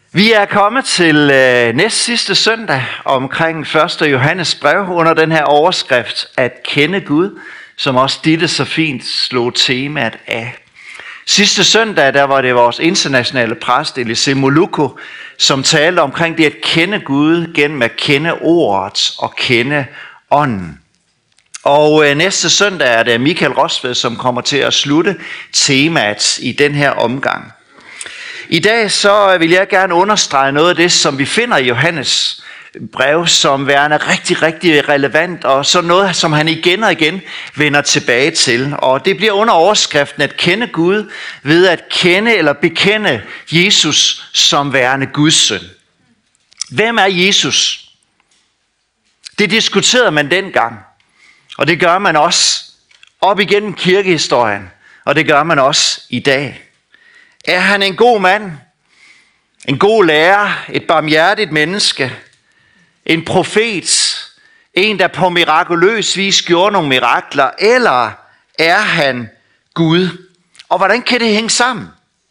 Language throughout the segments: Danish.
Vi er kommet til næst sidste søndag omkring 1. Johannes brev under den her overskrift at kende Gud, som også Ditte så fint slog temaet af. Sidste søndag der var det vores internationale præst Elise Moluko, som talte omkring det at kende Gud gennem at kende ordet og kende ånden. Og næste søndag er det Michael Rosved, som kommer til at slutte temaet i den her omgang. I dag så vil jeg gerne understrege noget af det, som vi finder i Johannes brev, som værende rigtig, rigtig relevant, og så noget, som han igen og igen vender tilbage til. Og det bliver under overskriften at kende Gud ved at kende eller bekende Jesus som værende Guds søn. Hvem er Jesus? Det diskuterede man dengang, og det gør man også op igennem kirkehistorien, og det gør man også i dag. Er han en god mand, en god lærer, et barmhjertigt menneske, en profet, en der på mirakuløs vis gjorde nogle mirakler, eller er han Gud? Og hvordan kan det hænge sammen?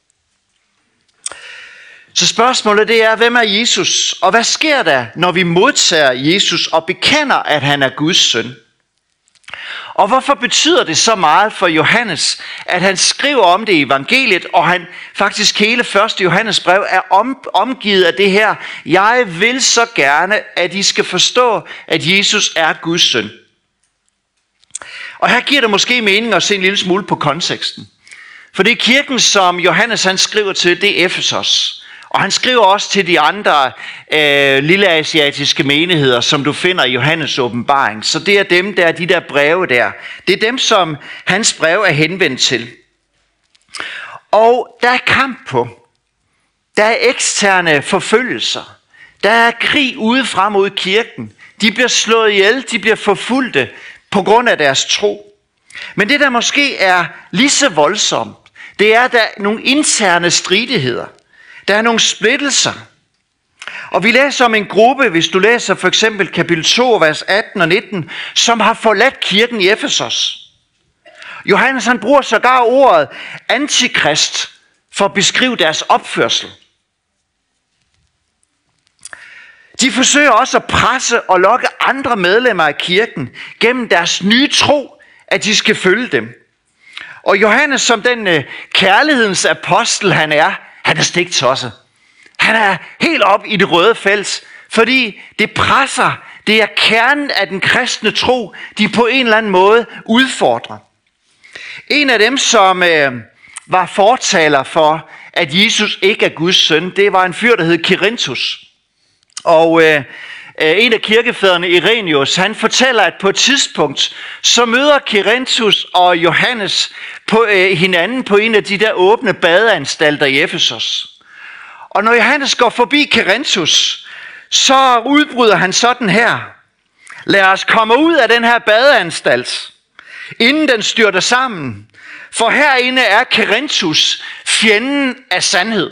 Så spørgsmålet det er, hvem er Jesus? Og hvad sker der, når vi modtager Jesus og bekender, at han er Guds søn? Og hvorfor betyder det så meget for Johannes, at han skriver om det i evangeliet, og han faktisk hele 1. Johannes brev er omgivet af det her: jeg vil så gerne, at I skal forstå, at Jesus er Guds søn. Og her giver det måske mening at se en lille smule på konteksten. For det er kirken, som Johannes han skriver til, det er Efesos. Og han skriver også til de andre lille asiatiske menigheder, som du finder i Johannes åbenbaring. Så det er dem der, de der breve der. Det er dem, som hans brev er henvendt til. Og der er kamp på. Der er eksterne forfølgelser. Der er krig udefra mod kirken. De bliver slået ihjel, de bliver forfulgte på grund af deres tro. Men det der måske er lige så voldsomt, det er, at der er nogle interne stridigheder. Der er nogle splittelser. Og vi læser om en gruppe, hvis du læser for eksempel kapitel 2, vers 18 og 19, som har forladt kirken i Efesos. Johannes han bruger sågar ordet antikrist for at beskrive deres opførsel. De forsøger også at presse og lokke andre medlemmer af kirken gennem deres nye tro, at de skal følge dem. Og Johannes, som den kærlighedens apostel han er stiktosset. Han er helt op i det røde felt, fordi det presser, det er kernen af den kristne tro, de på en eller anden måde udfordrer. En af dem, som var fortaler for, at Jesus ikke er Guds søn, det var en fyr, der hed Kirintus. Og en af kirkefædrene, Irenaeus, han fortæller, at på et tidspunkt, så møder Kirintus og Johannes på hinanden på en af de der åbne badeanstalter i Efesos. Og når Johannes går forbi Kirintus, så udbryder han sådan her: lad os komme ud af den her badeanstalt, inden den styrter sammen. For herinde er Kirintus fjenden af sandhed.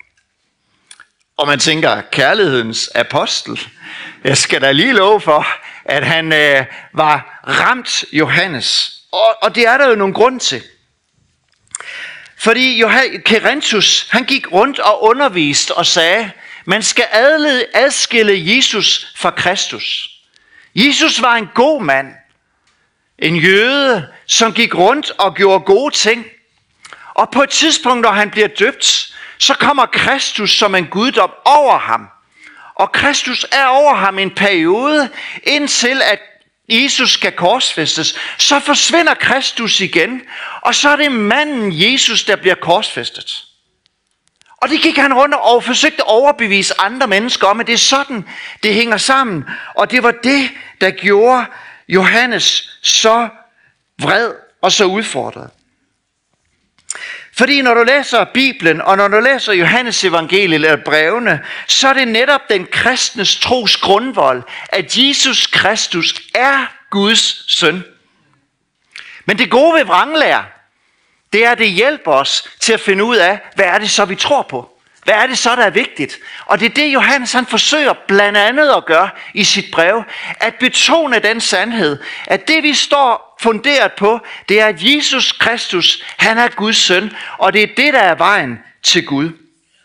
Og man tænker, kærlighedens apostel. Jeg skal da lige love for, at han var ramt Johannes. Og det er der jo nogle grund til. Fordi Kirintus, han gik rundt og underviste og sagde, man skal adskille Jesus fra Kristus. Jesus var en god mand. En jøde, som gik rundt og gjorde gode ting. Og på et tidspunkt, når han bliver døbt, så kommer Kristus som en guddom over ham. Og Kristus er over ham en periode, indtil at Jesus skal korsfæstes. Så forsvinder Kristus igen, og så er det manden Jesus, der bliver korsfæstet. Og det gik han rundt og forsøgte at overbevise andre mennesker om, at det er sådan, det hænger sammen. Og det var det, der gjorde Johannes så vred og så udfordret. Fordi når du læser Bibelen, og når du læser Johannes evangeliet eller brevene, så er det netop den kristnes tros grundvold, at Jesus Kristus er Guds søn. Men det gode ved vranglære, det er, at det hjælper os til at finde ud af, hvad er det så, vi tror på? Hvad er det så, der er vigtigt? Og det er det, Johannes han forsøger blandt andet at gøre i sit brev, at betone den sandhed, at det vi står funderet på, det er, at Jesus Kristus, han er Guds søn, og det er det, der er vejen til Gud.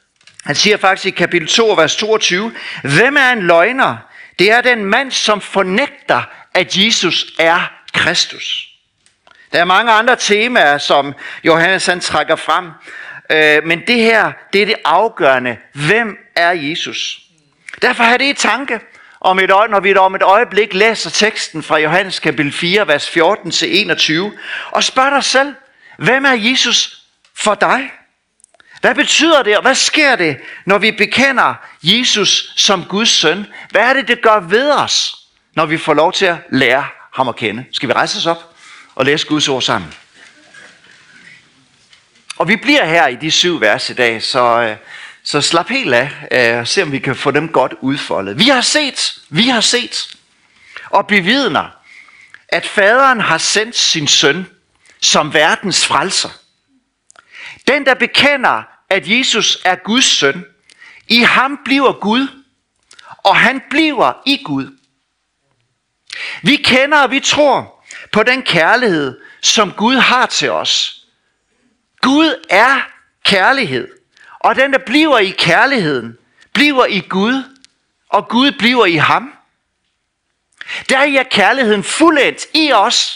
Han siger faktisk i kapitel 2, vers 22, hvem er en løgner? Det er den mand, som fornægter, at Jesus er Kristus. Der er mange andre temaer, som Johannes han trækker frem. Men det her, det er det afgørende. Hvem er Jesus? Derfor har det i tanke, når vi om et øjeblik læser teksten fra Johannes kapitel 4, vers 14-21, og spørg dig selv, hvem er Jesus for dig? Hvad betyder det, og hvad sker det, når vi bekender Jesus som Guds søn? Hvad er det, det gør ved os, når vi får lov til at lære ham at kende? Skal vi rejse os op og læse Guds ord sammen? Og vi bliver her i de 7 vers i dag, så slap helt af og se, om vi kan få dem godt udfoldet. Vi har set og bevidner, at faderen har sendt sin søn som verdens frelser. Den, der bekender, at Jesus er Guds søn, i ham bliver Gud, og han bliver i Gud. Vi kender og vi tror på den kærlighed, som Gud har til os. Gud er kærlighed, og den, der bliver i kærligheden, bliver i Gud, og Gud bliver i ham. Der er kærligheden fuldendt i os,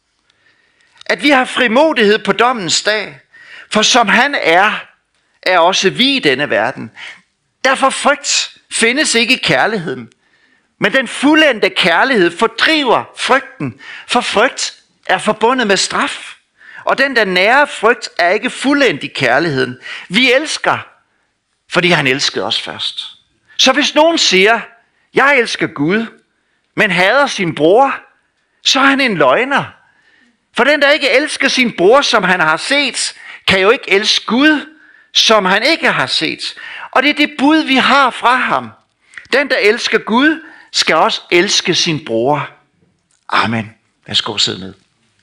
at vi har frimodighed på dommens dag, for som han er også vi i denne verden. Derfor frygt findes ikke i kærligheden, men den fuldendte kærlighed fordriver frygten, for frygt er forbundet med straf. Og den der nære frygt er ikke fuldendt i kærligheden. Vi elsker, fordi han elskede os først. Så hvis nogen siger, jeg elsker Gud, men hader sin bror, så er han en løgner. For den, der ikke elsker sin bror, som han har set, kan jo ikke elske Gud, som han ikke har set. Og det er det bud, vi har fra ham. Den, der elsker Gud, skal også elske sin bror. Amen. Værsgo, sidde ned.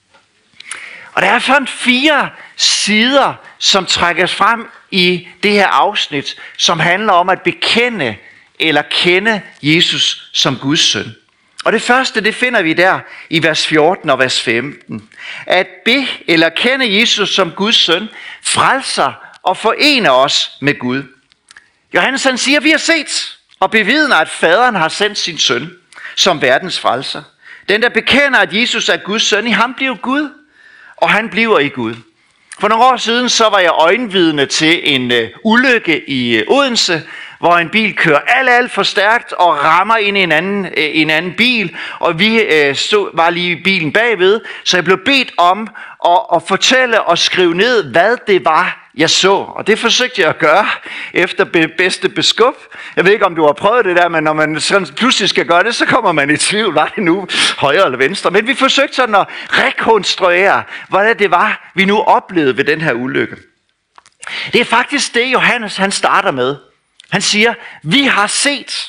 Og der er sådan 4 sider, som trækkes frem i det her afsnit, som handler om at bekende eller kende Jesus som Guds søn. Og det første, det finder vi der i vers 14 og vers 15. At be eller kende Jesus som Guds søn, frelser og forener os med Gud. Johannes han siger, vi har set og bevidner, at faderen har sendt sin søn som verdens frelser. Den, der bekender, at Jesus er Guds søn, i ham bliver Gud, og han bliver i Gud. For nogle år siden, så var jeg øjenvidne til en ulykke i Odense, hvor en bil kører alt for stærkt og rammer ind i en anden bil, og vi var lige i bilen bagved, så jeg blev bedt om at fortælle og skrive ned, hvad det var, jeg så. Og det forsøgte jeg at gøre efter bedste beskub. Jeg ved ikke, om du har prøvet det der, men når man sådan pludselig skal gøre det, så kommer man i tvivl, var det nu højre eller venstre. Men vi forsøgte sådan at rekonstruere, hvordan det var, vi nu oplevede ved den her ulykke. Det er faktisk det, Johannes han starter med. Han siger, vi har set,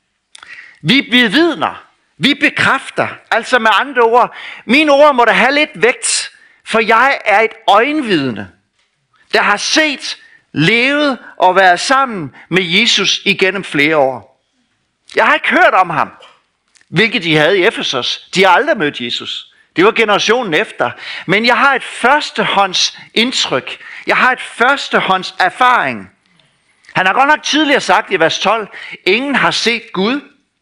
vi bevidner, vi bekræfter. Altså med andre ord, mine ord må da have lidt vægt, for jeg er et øjenvidne, der har set, levet og været sammen med Jesus igennem flere år. Jeg har ikke hørt om ham, hvilket de havde i Efesos. De har aldrig mødt Jesus. Det var generationen efter. Men jeg har et førstehånds indtryk. Jeg har et førstehånds erfaring. Han har godt nok tidligere sagt i vers 12, ingen har set Gud.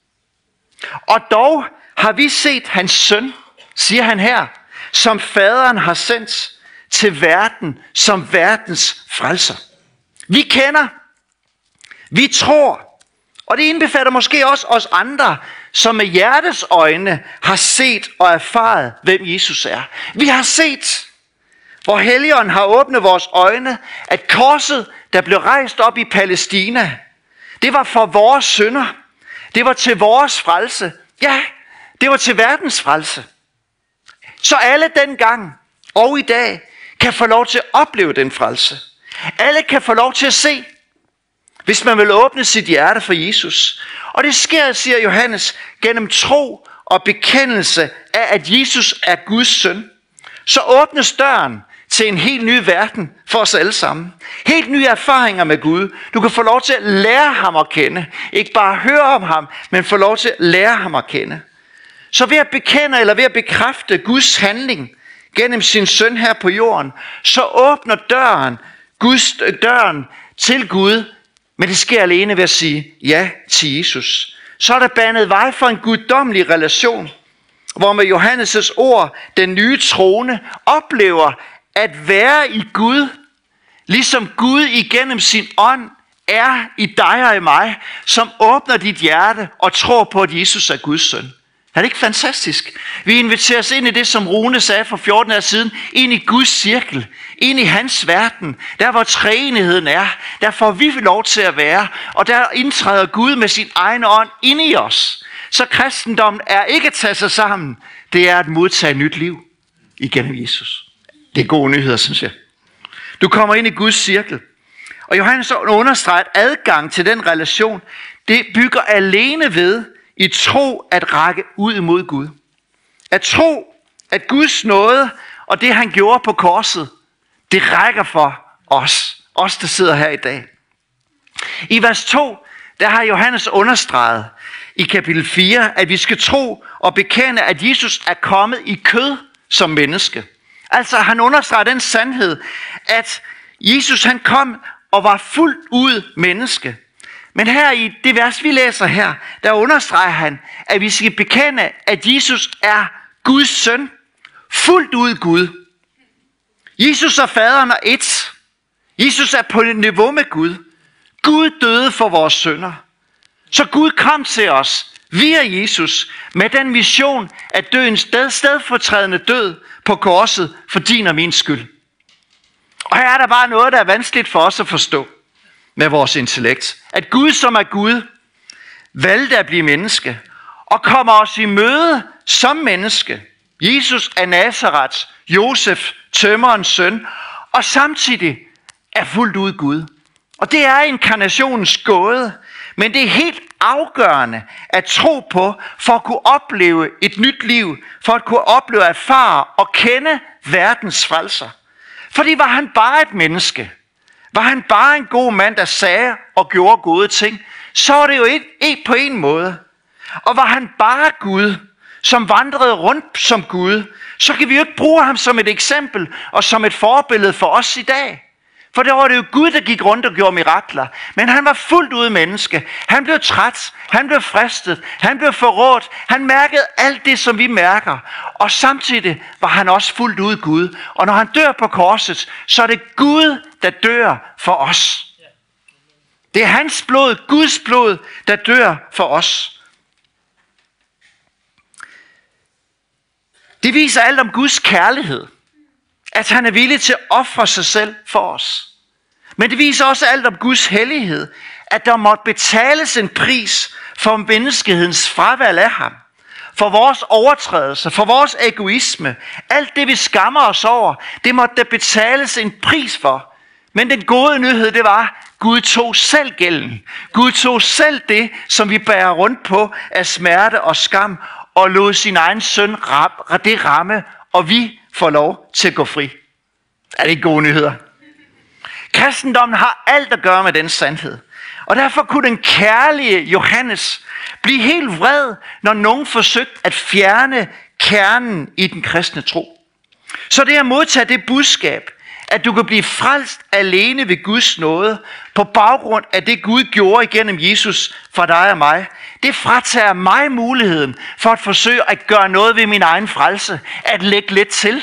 Og dog har vi set hans søn, siger han her, som faderen har sendt til verden som verdens frelser. Vi kender, vi tror, og det indbefatter måske også os andre, som med hjertes øjne har set og erfaret, hvem Jesus er. Vi har set, hvor Helligånden har åbnet vores øjne, at korset, der blev rejst op i Palæstina, det var for vores synder. Det var til vores frelse. Ja, det var til verdens frelse. Så alle dengang og i dag kan få lov til at opleve den frelse. Alle kan få lov til at se, hvis man vil åbne sit hjerte for Jesus. Og det sker, siger Johannes, gennem tro og bekendelse af, at Jesus er Guds søn. Så åbnes døren til en helt ny verden for os alle sammen. Helt nye erfaringer med Gud. Du kan få lov til at lære ham at kende. Ikke bare høre om ham, men få lov til at lære ham at kende. Så ved at bekende eller ved at bekræfte Guds handling gennem sin søn her på jorden, så åbner døren til Gud Men det sker alene ved at sige ja til Jesus. Så er der banet vej for en guddommelig relation, hvor med Johannes' ord, den nye troende, oplever at være i Gud, ligesom Gud igennem sin ånd er i dig og i mig, som åbner dit hjerte og tror på, at Jesus er Guds søn. Er det ikke fantastisk? Vi inviteres ind i det, som Rune sagde for 14 år siden, ind i Guds cirkel, ind i hans verden, der hvor treenigheden er, der får vi lov til at være, og der indtræder Gud med sin egen ånd ind i os. Så kristendommen er ikke at tage sig sammen, det er at modtage nyt liv igennem Jesus. Det er gode nyheder, synes jeg. Du kommer ind i Guds cirkel. Og Johannes understreger, at adgang til den relation, det bygger alene ved i tro at række ud imod Gud. At tro, at Guds nåde og det han gjorde på korset, det rækker for os der sidder her i dag. I vers 2, der har Johannes understreget i kapitel 4, at vi skal tro og bekende, at Jesus er kommet i kød som menneske. Altså han understreger den sandhed, at Jesus han kom og var fuldt ud menneske. Men her i det vers, vi læser her, der understreger han, at vi skal bekende, at Jesus er Guds søn, fuldt ud Gud. Jesus og faderen er ét. Jesus er på et niveau med Gud. Gud døde for vores synder. Så Gud kom til os via Jesus med den mission at dø en stedfortrædende død på korset for din og min skyld. Og her er der bare noget, der er vanskeligt for os at forstå med vores intellekt. At Gud, som er Gud, valgte at blive menneske og kommer os i møde som menneske. Jesus af Nazareth, Josef, tømmerens søn, og samtidig er fuldt ud Gud. Og det er inkarnationens gåde, men det er helt afgørende at tro på, for at kunne opleve et nyt liv, for at kunne opleve, erfare og kende verdens frelser. Fordi var han bare et menneske, var han bare en god mand, der sagde og gjorde gode ting, så var det jo ikke på en måde. Og var han bare Gud, som vandrede rundt som Gud, så kan vi jo ikke bruge ham som et eksempel og som et forbillede for os i dag. For det var det jo Gud, der gik rundt og gjorde mirakler. Men han var fuldt ud menneske. Han blev træt. Han blev fristet. Han blev forrådt. Han mærkede alt det, som vi mærker. Og samtidig var han også fuldt ud Gud. Og når han dør på korset, så er det Gud, der dør for os. Det er hans blod, Guds blod, der dør for os. Det viser alt om Guds kærlighed. At han er villig til at ofre sig selv for os. Men det viser også alt om Guds hellighed. At der måtte betales en pris for menneskehedens fravalg af ham. For vores overtrædelser, for vores egoisme. Alt det vi skammer os over, det måtte der betales en pris for. Men den gode nyhed, det var, Gud tog selv gælden. Gud tog selv det, som vi bærer rundt på af smerte og skam. Og lod sin egen søn det ramme, og vi får lov til at gå fri. Er det ikke gode nyheder? Kristendommen har alt at gøre med den sandhed. Og derfor kunne den kærlige Johannes blive helt vred, når nogen forsøgte at fjerne kernen i den kristne tro. Så det at modtage det budskab, at du kan blive frelst alene ved Guds nåde, på baggrund af det Gud gjorde igennem Jesus for dig og mig, det fratager mig muligheden for at forsøge at gøre noget ved min egen frelse, at lægge lidt til.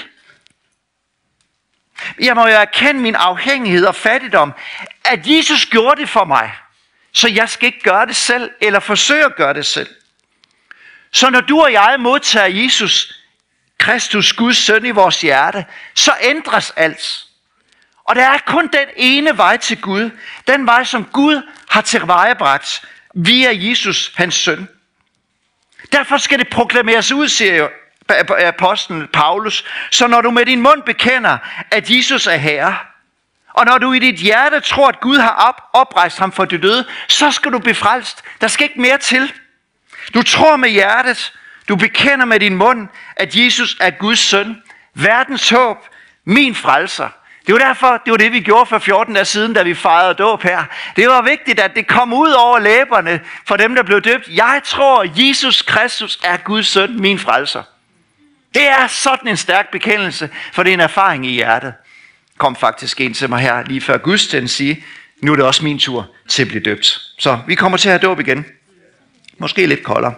Jeg må jo erkende min afhængighed og fattigdom, at Jesus gjorde det for mig, så jeg skal ikke gøre det selv, eller forsøge at gøre det selv. Så når du og jeg modtager Jesus, Kristus, Guds søn i vores hjerte, så ændres alt. Og der er kun den ene vej til Gud, den vej som Gud har tilvejebragt via Jesus, hans søn. Derfor skal det proklameres ud, siger apostlen Paulus, så når du med din mund bekender, at Jesus er Herre, og når du i dit hjerte tror, at Gud har oprejst ham for de døde, så skal du blive frelst. Der skal ikke mere til. Du tror med hjertet, du bekender med din mund, at Jesus er Guds søn, verdens håb, min frelser. Det var det, vi gjorde for 14 dage siden, da vi fejrede dåb her. Det var vigtigt, at det kom ud over læberne for dem, der blev døbt. Jeg tror, at Jesus Kristus er Guds søn, min frelser. Det er sådan en stærk bekendelse, for det er en erfaring i hjertet. Kom faktisk en til mig her lige før gudstjenesten sige, nu er det også min tur til at blive døbt. Så vi kommer til at have dåb igen. Måske lidt koldere.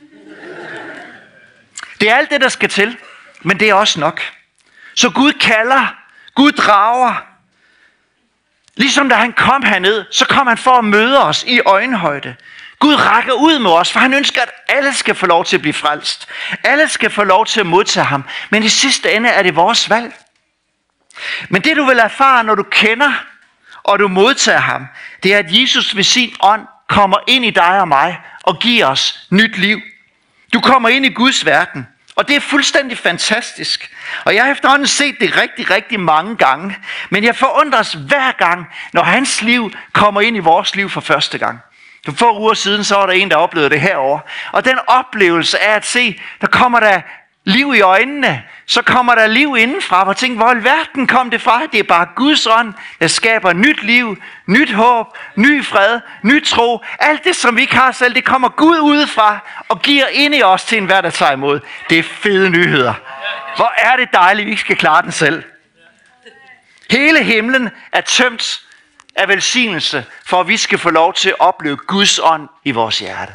Det er alt det, der skal til, men det er også nok. Så Gud kalder, Gud drager. Ligesom da han kom herned, så kom han for at møde os i øjenhøjde. Gud rækker ud med os, for han ønsker, at alle skal få lov til at blive frelst. Alle skal få lov til at modtage ham. Men i sidste ende er det vores valg. Men det du vil erfare, når du kender og du modtager ham, det er, at Jesus ved sin ånd kommer ind i dig og mig og giver os nyt liv. Du kommer ind i Guds verden. Og det er fuldstændig fantastisk. Og jeg har efterhånden set det rigtig, rigtig mange gange. Men jeg forundres hver gang, når hans liv kommer ind i vores liv for første gang. For få uger siden, så var der en, der oplevede det herovre. Og den oplevelse af at se, der kommer der liv i øjnene. Så kommer der liv indenfra. Og tænk, hvor i verden kom det fra? Det er bare Guds ånd, der skaber nyt liv, nyt håb, ny fred, ny tro. Alt det, som vi ikke har selv, det kommer Gud udefra og giver ind i os til enhver, der tager imod. Det er fede nyheder. Hvor er det dejligt, vi ikke skal klare den selv. Hele himlen er tømt af velsignelse, for at vi skal få lov til at opleve Guds ånd i vores hjerte.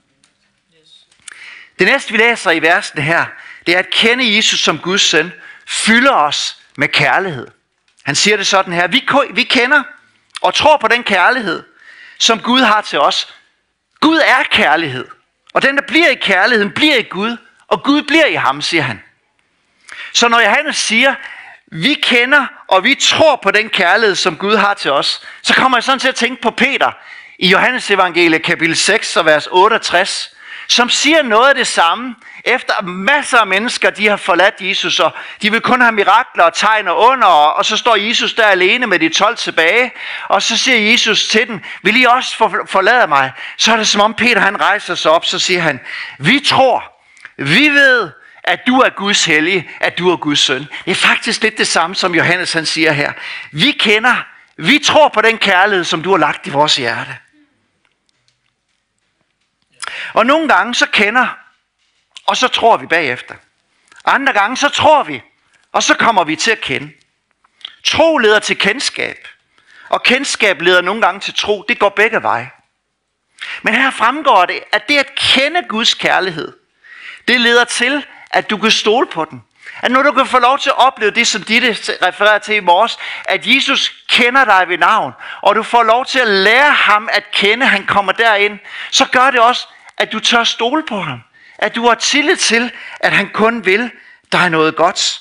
Det næste, vi læser i versene her, det er at kende Jesus som Guds søn, fylder os med kærlighed. Han siger det sådan her: vi kender og tror på den kærlighed, som Gud har til os. Gud er kærlighed, og den, der bliver i kærligheden, bliver i Gud, og Gud bliver i ham, siger han. Så når Johannes siger, vi kender og vi tror på den kærlighed, som Gud har til os, så kommer jeg sådan til at tænke på Peter i Johannes evangeliet kapitel 6 og vers 68, som siger noget af det samme, efter masser af mennesker, de har forladt Jesus, og de vil kun have mirakler og tegn og under, og så står Jesus der alene med de 12 tilbage, og så siger Jesus til dem, vil I også forlade mig? Så er det som om Peter, han rejser sig op, så siger han, vi tror, vi ved, at du er Guds hellige, at du er Guds søn. Det er faktisk lidt det samme, som Johannes han siger her. Vi kender, vi tror på den kærlighed, som du har lagt i vores hjerte. Og nogle gange så kender, og så tror vi bagefter. Andre gange så tror vi, og så kommer vi til at kende. Tro leder til kendskab, og kendskab leder nogle gange til tro. Det går begge veje. Men her fremgår det, at det at kende Guds kærlighed, det leder til, at du kan stole på den. At når du kan få lov til at opleve det, som Ditte refererer til i morges, at Jesus kender dig ved navn, og du får lov til at lære ham at kende, han kommer derind, så gør det også, at du tør stole på ham. At du har tillid til, at han kun vil dig noget godt.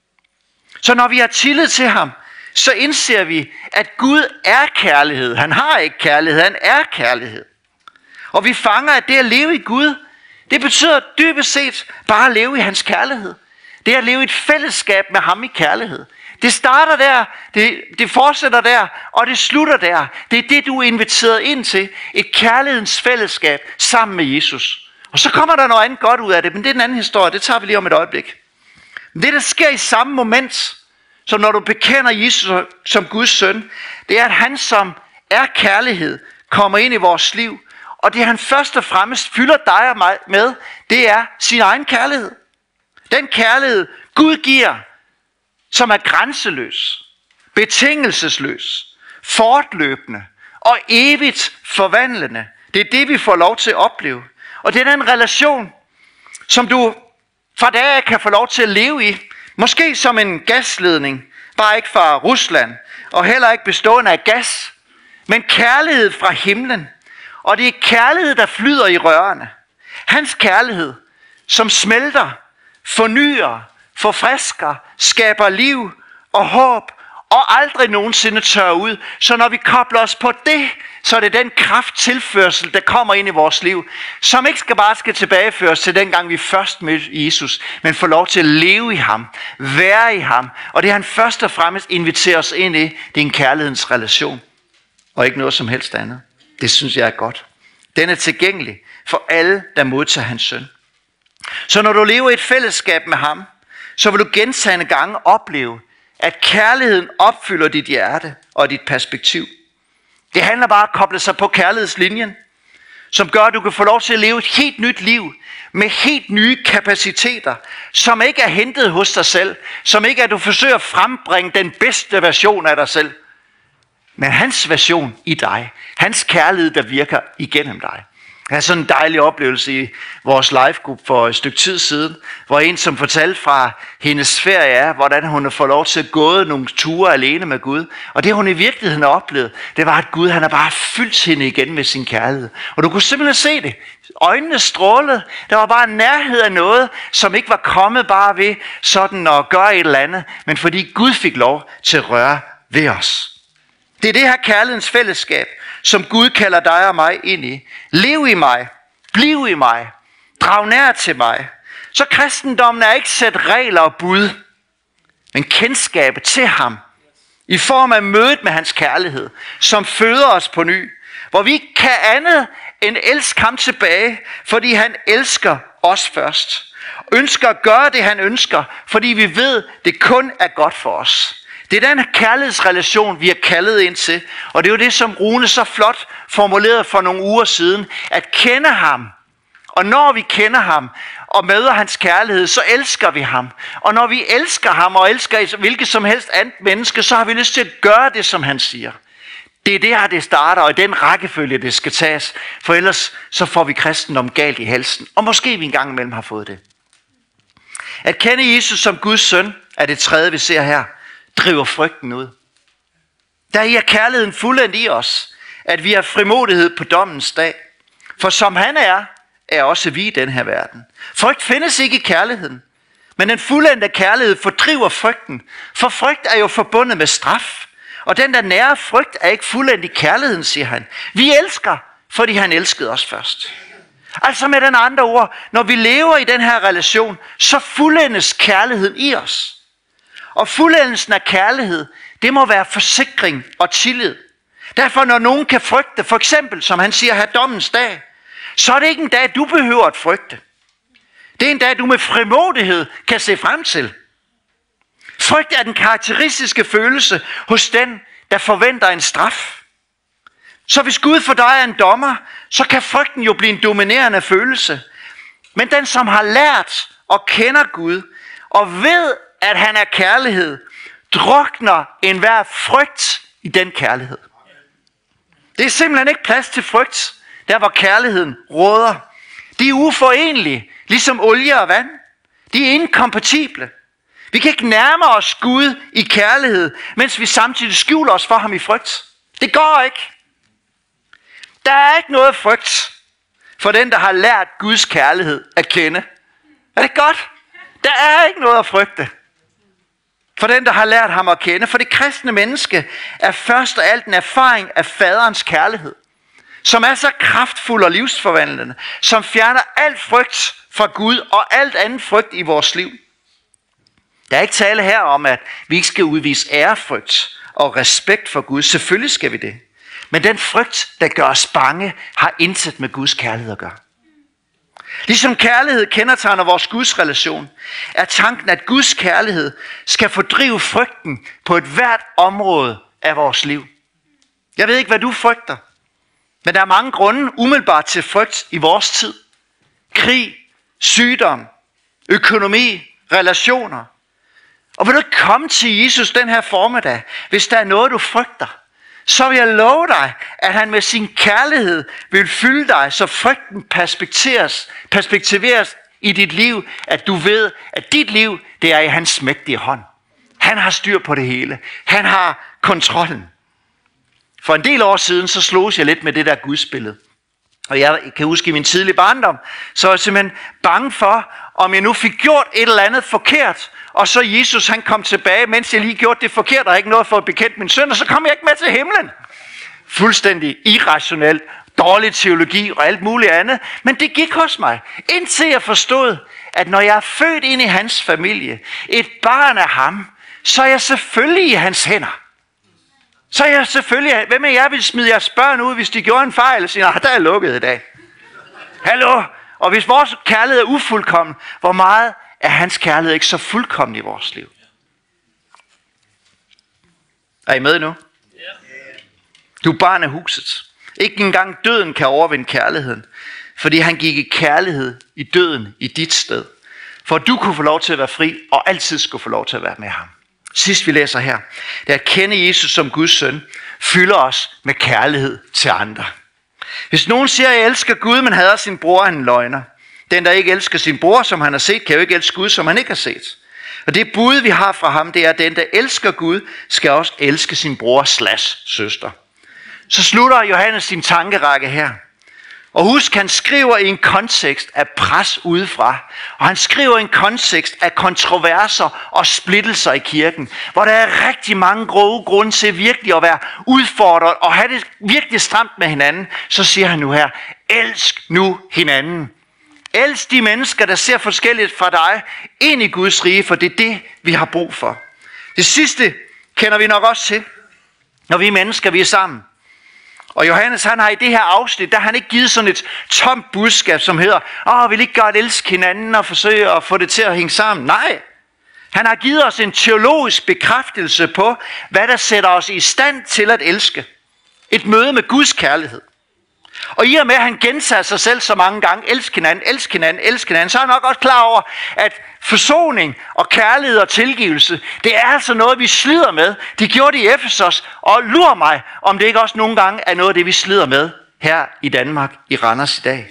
Så når vi har tillid til ham, så indser vi, at Gud er kærlighed. Han har ikke kærlighed, han er kærlighed. Og vi fanger, at det at leve i Gud, det betyder dybest set bare at leve i hans kærlighed. Det er at leve i et fællesskab med ham i kærlighed. Det starter der, det fortsætter der, og det slutter der. Det er det, du er inviteret ind til. Et kærlighedens fællesskab sammen med Jesus. Og så kommer der noget andet godt ud af det, men det er en anden historie. Det tager vi lige om et øjeblik. Men det, der sker i samme moment, som når du bekender Jesus som Guds søn, det er, at han, som er kærlighed, kommer ind i vores liv. Og det, han først og fremmest fylder dig og mig med, det er sin egen kærlighed. Den kærlighed, Gud giver, som er grænseløs, betingelsesløs, fortløbende og evigt forvandlende. Det er det, vi får lov til at opleve. Og det er den relation, som du fra dag af kan få lov til at leve i. Måske som en gasledning, bare ikke fra Rusland, og heller ikke bestående af gas, men kærlighed fra himlen. Og det er kærlighed, der flyder i rørene. Hans kærlighed, som smelter, fornyer, forfrisker, skaber liv og håb, og aldrig nogensinde tørrer ud. Så når vi kobler os på det, så er det den krafttilførsel, der kommer ind i vores liv, som ikke bare skal tilbageføres til den gang, vi først mødte Jesus, men få lov til at leve i ham, være i ham. Og det han først og fremmest inviterer os ind i, det er en kærlighedens relation, og ikke noget som helst andet. Det synes jeg er godt. Den er tilgængelig for alle, der modtager hans søn. Så når du lever i et fællesskab med ham, så vil du gentagne gange opleve, at kærligheden opfylder dit hjerte og dit perspektiv. Det handler bare om at koble sig på kærlighedslinjen, som gør, at du kan få lov til at leve et helt nyt liv, med helt nye kapaciteter, som ikke er hentet hos dig selv, som ikke er, at du forsøger at frembringe den bedste version af dig selv. men hans version i dig. Hans kærlighed, der virker igennem dig. Jeg havde sådan en dejlig oplevelse i vores livegruppe for et stykke tid siden, hvor en, som fortalte fra hendes ferie er, hvordan hun har fået lov til at gå nogle ture alene med Gud. Og det hun i virkeligheden har oplevet, det var, at Gud han har bare fyldt hende igen med sin kærlighed. Og du kunne simpelthen se det. Øjnene strålede. Der var bare en nærhed af noget, som ikke var kommet bare ved sådan at gøre et eller andet, men fordi Gud fik lov til at røre ved os. Det er det her kærlighedens fællesskab, som Gud kalder dig og mig ind i. Lev i mig. Bliv i mig. Drag nær til mig. Så kristendommen er ikke sæt regler og bud, men kendskabet til ham. I form af mødet med hans kærlighed, som føder os på ny. Hvor vi ikke kan andet end elske ham tilbage, fordi han elsker os først. Ønsker at gøre det, han ønsker, fordi vi ved, det kun er godt for os. Det er den kærlighedsrelation, vi er kaldet ind til. Og det er jo det, som Rune så flot formulerede for nogle uger siden. At kende ham. Og når vi kender ham og møder hans kærlighed, så elsker vi ham. Og når vi elsker ham og elsker hvilket som helst andet menneske, så har vi lyst til at gøre det, som han siger. Det er der, det starter, og i den rækkefølge, det skal tages. For ellers så får vi kristendom galt i halsen. Og måske vi engang imellem har fået det. At kende Jesus som Guds søn er det tredje, vi ser her. Driver frygten ud. Der er kærligheden fuldendt i os, at vi har frimodighed på dommens dag. For som han er også vi i den her verden. Frygt findes ikke i kærligheden, men den fuldendte kærlighed fordriver frygten. For frygt er jo forbundet med straf. Og den der nære frygt er ikke fuldendt i kærligheden, siger han. Vi elsker, fordi han elskede os først. Altså med den andre ord, når vi lever i den her relation, så fuldendes kærligheden i os. Og fuldendelsen af kærlighed, det må være forsikring og tillid. Derfor når nogen kan frygte, for eksempel som han siger, have dommens dag, så er det ikke en dag, du behøver at frygte. Det er en dag, du med frimodighed kan se frem til. Frygt er den karakteristiske følelse hos den, der forventer en straf. Så hvis Gud for dig er en dommer, så kan frygten jo blive en dominerende følelse. Men den, som har lært og kender Gud, og ved, at han er kærlighed, drukner enhver frygt i den kærlighed. Det er simpelthen ikke plads til frygt, der hvor kærligheden råder. De er uforenelige, ligesom olie og vand. De er inkompatible. Vi kan ikke nærme os Gud i kærlighed, mens vi samtidig skjuler os for ham i frygt. Det går ikke. Der er ikke noget frygt for den, der har lært Guds kærlighed at kende. Er det godt? Der er ikke noget at frygte for den, der har lært ham at kende. For det kristne menneske er først og alt en erfaring af faderens kærlighed, som er så kraftfuld og livsforvandlende, som fjerner alt frygt fra Gud og alt andet frygt i vores liv. Der er ikke tale her om, at vi ikke skal udvise ærefrygt og respekt for Gud. Selvfølgelig skal vi det. Men den frygt, der gør os bange, har intet med Guds kærlighed at gøre. Ligesom kærlighed kendetegner vores Guds relation, er tanken, at Guds kærlighed skal fordrive frygten på et hvert område af vores liv. Jeg ved ikke, hvad du frygter, men der er mange grunde umiddelbart til frygt i vores tid. Krig, sygdom, økonomi, relationer. Og vil du ikke komme til Jesus den her formiddag, hvis der er noget, du frygter, så vil jeg love dig, at han med sin kærlighed vil fylde dig, så frygten perspektiveres i dit liv, at du ved, at dit liv, det er i hans mægtige hånd. Han har styr på det hele. Han har kontrollen. For en del år siden, så slogs jeg lidt med det der gudsbillede. Og jeg kan huske i min tidlige barndom, så var jeg simpelthen bange for, om jeg nu fik gjort et eller andet forkert, og så Jesus han kom tilbage, mens jeg lige gjorde det forkert, og ikke noget for at bekende min synd, og så kom jeg ikke med til himlen. Fuldstændig irrationelt, dårlig teologi og alt muligt andet. Men det gik hos mig, indtil jeg forstod, at når jeg er født ind i hans familie, et barn af ham, så er jeg selvfølgelig i hans hænder. Så er jeg selvfølgelig, hvem af jer vil smide jeres børn ud, hvis de gjorde en fejl, og sige, nej, der er lukket i dag. Hallo? Og hvis vores kærlighed er ufuldkommen, hvor meget er hans kærlighed ikke så fuldkommen i vores liv? Er I med nu? Du er barn af huset. Ikke engang døden kan overvinde kærligheden, fordi han gik i kærlighed i døden i dit sted. For at du kunne få lov til at være fri, og altid skulle få lov til at være med ham. Sidst vi læser her, det er at kende Jesus som Guds søn, fylder os med kærlighed til andre. Hvis nogen siger, at jeg elsker Gud, men hader sin bror, han løgner. Den, der ikke elsker sin bror, som han har set, kan jo ikke elske Gud, som han ikke har set. Og det bud, vi har fra ham, det er, at den, der elsker Gud, skal også elske sin bror/søster. Så slutter Johannes sin tankerække her. Og husk, han skriver i en kontekst af pres udefra. Og han skriver i en kontekst af kontroverser og splittelser i kirken. Hvor der er rigtig mange gode grunde til virkelig at være udfordret og have det virkelig stramt med hinanden. Så siger han nu her, elsk nu hinanden. Elsk de mennesker, der ser forskelligt fra dig, ind i Guds rige, for det er det, vi har brug for. Det sidste kender vi nok også til, når vi mennesker, vi er sammen. Og Johannes, han har i det her afsnit, der har han ikke givet sådan et tomt budskab, som hedder, vil I ikke godt elske hinanden og forsøge at få det til at hænge sammen? Nej, han har givet os en teologisk bekræftelse på, hvad der sætter os i stand til at elske. Et møde med Guds kærlighed. Og i og med, at han gentager sig selv så mange gange, elsk hinanden, elsk hinanden, elsk hinanden, så er han nok også klar over, at forsoning og kærlighed og tilgivelse, det er altså noget, vi slider med. De gjorde det i Efesos, og lur mig, om det ikke også nogle gange er noget af det, vi slider med her i Danmark, i Randers i dag.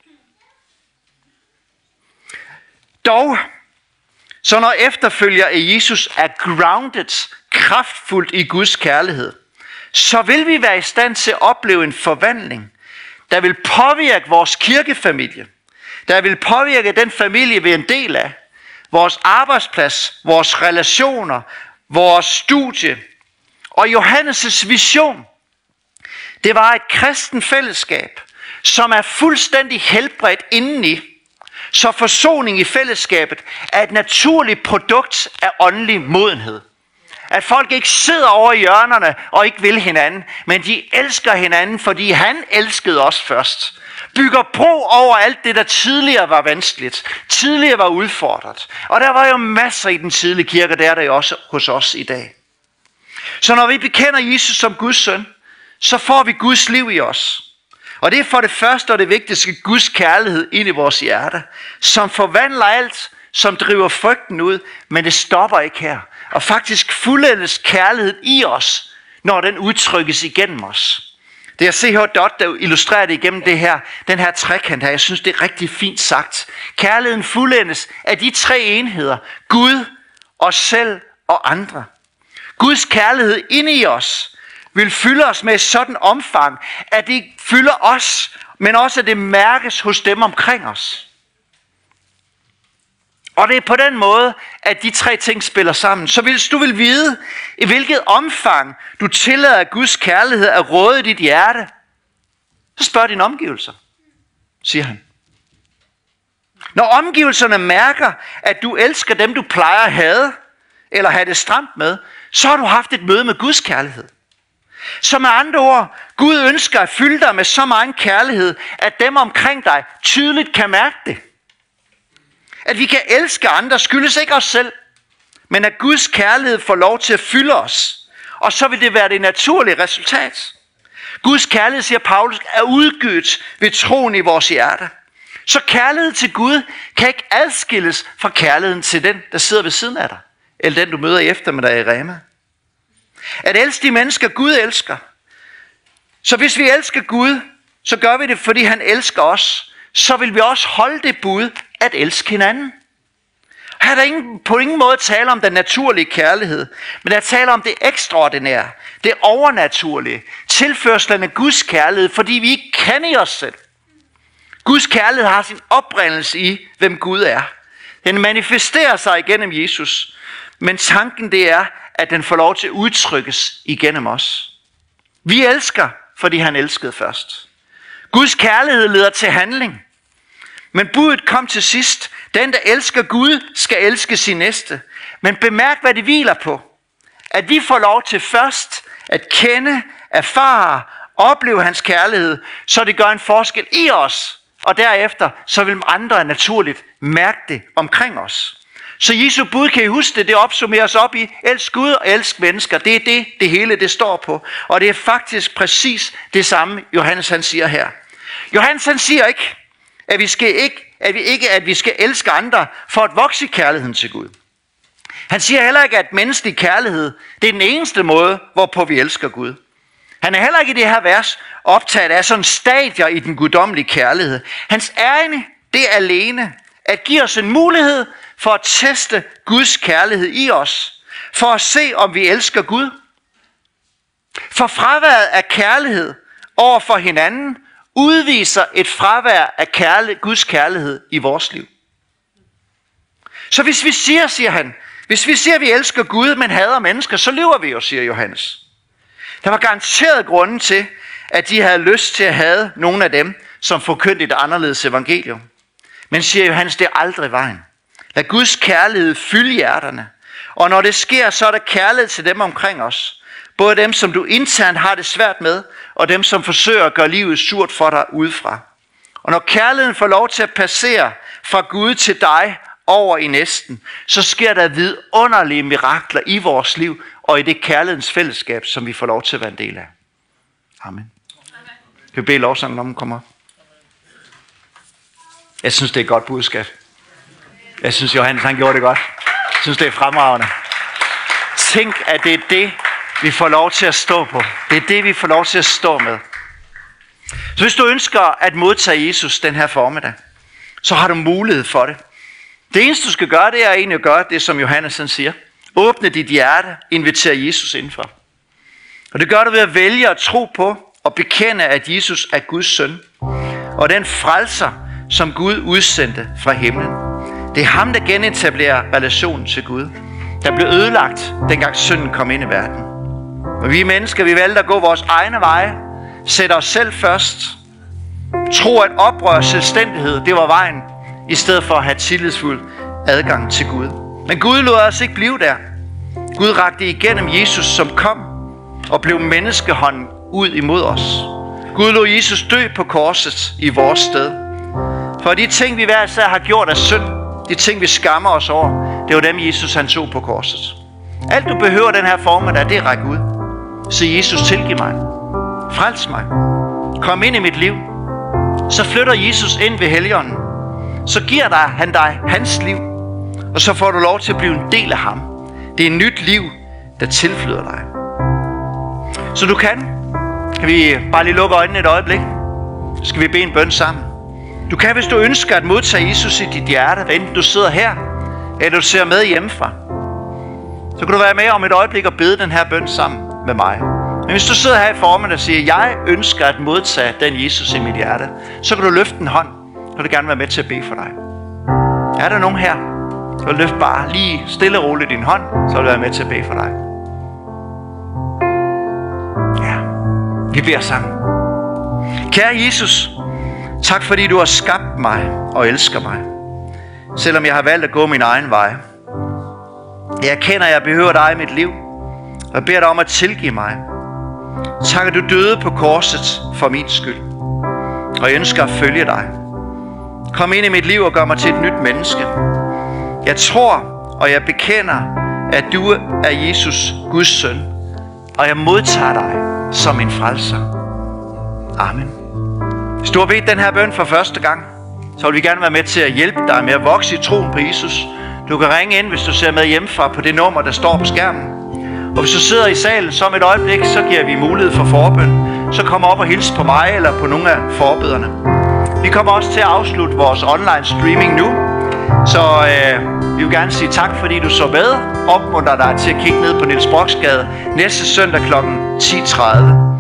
Dog, så når efterfølger af Jesus er grounded, kraftfuldt i Guds kærlighed, så vil vi være i stand til at opleve en forvandling, der vil påvirke vores kirkefamilie, der vil påvirke den familie, vi er en del af, vores arbejdsplads, vores relationer, vores studie. Og Johannes' vision, det var et kristen fællesskab, som er fuldstændig helbredt indeni, så forsoning i fællesskabet er et naturligt produkt af åndelig modenhed. At folk ikke sidder over i hjørnerne og ikke vil hinanden, men de elsker hinanden, fordi han elskede os først. Bygger bro over alt det, der tidligere var vanskeligt, tidligere var udfordret. Og der var jo masser i den tidlige kirke, der er der jo også hos os i dag. Så når vi bekender Jesus som Guds søn, så får vi Guds liv i os. Og det er for det første og det vigtigste, Guds kærlighed ind i vores hjerte, som forvandler alt, som driver frygten ud, men det stopper ikke her. Og faktisk fuldendes kærlighed i os, når den udtrykkes igennem os. Det er C.H. Dodd, der illustrerer det igennem den her trekant her. Jeg synes, det er rigtig fint sagt. Kærligheden fuldendes af de tre enheder. Gud, os selv og andre. Guds kærlighed inde i os vil fylde os med et sådan omfang, at det fylder os, men også at det mærkes hos dem omkring os. Og det er på den måde, at de tre ting spiller sammen. Så hvis du vil vide, i hvilket omfang du tillader Guds kærlighed at råde i dit hjerte, så spørg dine omgivelser, siger han. Når omgivelserne mærker, at du elsker dem, du plejer at hade, eller have det stramt med, så har du haft et møde med Guds kærlighed. Så med andre ord, Gud ønsker at fylde dig med så meget kærlighed, at dem omkring dig tydeligt kan mærke det. At vi kan elske andre skyldes ikke os selv, men at Guds kærlighed får lov til at fylde os. Og så vil det være det naturlige resultat. Guds kærlighed, siger Paulus, er udgivet ved troen i vores hjerte. Så kærlighed til Gud kan ikke adskilles fra kærligheden til den, der sidder ved siden af dig. Eller den, du møder i eftermiddag i Rema. At elske de mennesker, Gud elsker. Så hvis vi elsker Gud, så gør vi det, fordi han elsker os. Så vil vi også holde det bud at elske hinanden. Her er der på ingen måde tale om den naturlige kærlighed, men der taler om det ekstraordinære, det overnaturlige, tilførslen af Guds kærlighed, fordi vi ikke kan i os selv. Guds kærlighed har sin oprindelse i, hvem Gud er. Den manifesterer sig igennem Jesus, men tanken det er, at den får lov til at udtrykkes igennem os. Vi elsker, fordi han elskede først. Guds kærlighed leder til handling. Men budet kom til sidst. Den, der elsker Gud, skal elske sin næste. Men bemærk, hvad det hviler på. At vi får lov til først at kende, erfare, opleve hans kærlighed, så det gør en forskel i os. Og derefter, så vil andre naturligt mærke det omkring os. Så Jesu bud, kan I huske det opsummeres op i, elsk Gud og elsk mennesker. Det er det hele det står på. Og det er faktisk præcis det samme, Johannes han siger her. Johannes han siger ikke, at vi skal elske andre for at vokse i kærligheden til Gud. Han siger heller ikke, at menneskelig kærlighed, det er den eneste måde, hvorpå vi elsker Gud. Han er heller ikke i det her vers optaget af sådan stadier i den guddommelige kærlighed. Hans ærinde, det er alene at give os en mulighed for at teste Guds kærlighed i os. For at se, om vi elsker Gud. For fraværet af kærlighed over for hinanden udviser et fravær af Guds kærlighed i vores liv. Så hvis vi siger han, hvis vi siger, at vi elsker Gud, men hader mennesker, så lyver vi jo, siger Johannes. Der var garanteret grunden til, at de havde lyst til at hade nogle af dem, som forkyndte et anderledes evangelium. Men siger Johannes, det er aldrig vejen. Lad Guds kærlighed fylde hjerterne. Og når det sker, så er der kærlighed til dem omkring os. Både dem, som du internt har det svært med, og dem, som forsøger at gøre livet surt for dig udefra. Og når kærligheden får lov til at passere fra Gud til dig over i næsten, så sker der vidunderlige mirakler i vores liv, og i det kærlighedens fællesskab, som vi får lov til at være en del af. Amen. Kan vi bede lovsangen om at komme op? Jeg synes, det er et godt budskab. Jeg synes, Johannes han gjorde det godt. Jeg synes, det er fremragende. Tænk, at det er det, vi får lov til at stå på. Det er det, vi får lov til at stå med. Så hvis du ønsker at modtage Jesus den her formiddag, så har du mulighed for det. Det eneste, du skal gøre, det er egentlig at gøre det, som Johannes siger. Åbne dit hjerte, inviter Jesus indenfor. Og det gør du ved at vælge at tro på og bekende, at Jesus er Guds søn. Og den frelser, som Gud udsendte fra himlen. Det er ham, der genetablerer relationen til Gud. Der blev ødelagt, dengang synden kom ind i verden. Og vi mennesker, vi valgte at gå vores egne veje. Sætte os selv først. Tro, at oprør og selvstændighed, det var vejen. I stedet for at have tillidsfuld adgang til Gud. Men Gud lod os ikke blive der. Gud rakte igennem Jesus, som kom og blev menneskehånden ud imod os. Gud lod Jesus dø på korset i vores sted. For de ting, vi hver især har gjort af synd, de ting, vi skammer os over, det var dem, Jesus han tog på korset. Alt du behøver den her formiddag, det er række ud. Sig Jesus, tilgiv mig. Frels mig. Kom ind i mit liv. Så flytter Jesus ind ved Helligånden. Så giver han dig hans liv. Og så får du lov til at blive en del af ham. Det er et nyt liv, der tilflyder dig. Så du kan vi bare lige lukke øjnene et øjeblik? Så skal vi bede en bøn sammen. Du kan, hvis du ønsker at modtage Jesus i dit hjerte, enten du sidder her, eller du ser med hjemmefra. Så kan du være med om et øjeblik og bede den her bøn sammen med mig. Men hvis du sidder her i formen og siger, jeg ønsker at modtage den Jesus i mit hjerte, så kan du løfte en hånd, så vil du gerne være med til at bede for dig. Er der nogen her? Så løft bare lige stille og roligt din hånd, så vil jeg være med til at bede for dig. Ja, vi beder sammen. Kære Jesus, tak fordi du har skabt mig og elsker mig. Selvom jeg har valgt at gå min egen vej. Jeg erkender, at jeg behøver dig i mit liv. Og jeg beder dig om at tilgive mig. Tak, at du døde på korset for min skyld. Og jeg ønsker at følge dig. Kom ind i mit liv og gør mig til et nyt menneske. Jeg tror, og jeg bekender, at du er Jesus, Guds søn. Og jeg modtager dig som en frelser. Amen. Hvis du har bedt den her bøn for første gang, så vil vi gerne være med til at hjælpe dig med at vokse i troen på Jesus. Du kan ringe ind, hvis du ser med hjemmefra på det nummer, der står på skærmen. Og hvis du sidder i salen som et øjeblik, så giver vi mulighed for forbøn. Så kom op og hils på mig eller på nogle af forbederne. Vi kommer også til at afslutte vores online streaming nu. Så vi vil gerne sige tak, fordi du så med. Opmuntrer dig til at kigge ned på Niels Broksgade næste søndag kl. 10:30.